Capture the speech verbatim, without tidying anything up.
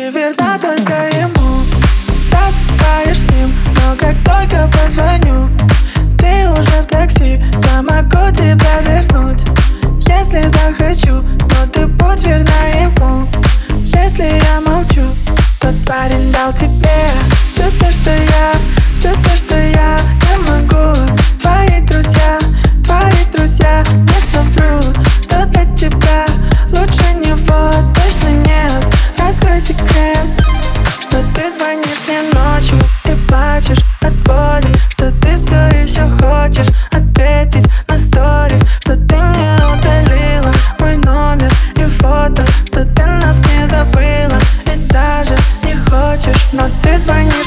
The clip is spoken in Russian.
Ты верна только ему, засыпаешь с ним, но как только позвоню, ты уже в такси. Я могу тебя вернуть, если захочу, но ты будь верна ему. Если я молчу, тот парень дал тебе все то, что я, все то, что я не могу. Твои друзья, твои друзья не соврут, что для тебя лучше него точно нет. Раскрой секрет, что ты звонишь мне ночью и плачешь от боли, что ты все еще хочешь ответить на сторис, что ты не удалила мой номер и фото, что ты нас не забыла и даже не хочешь, но ты звонишь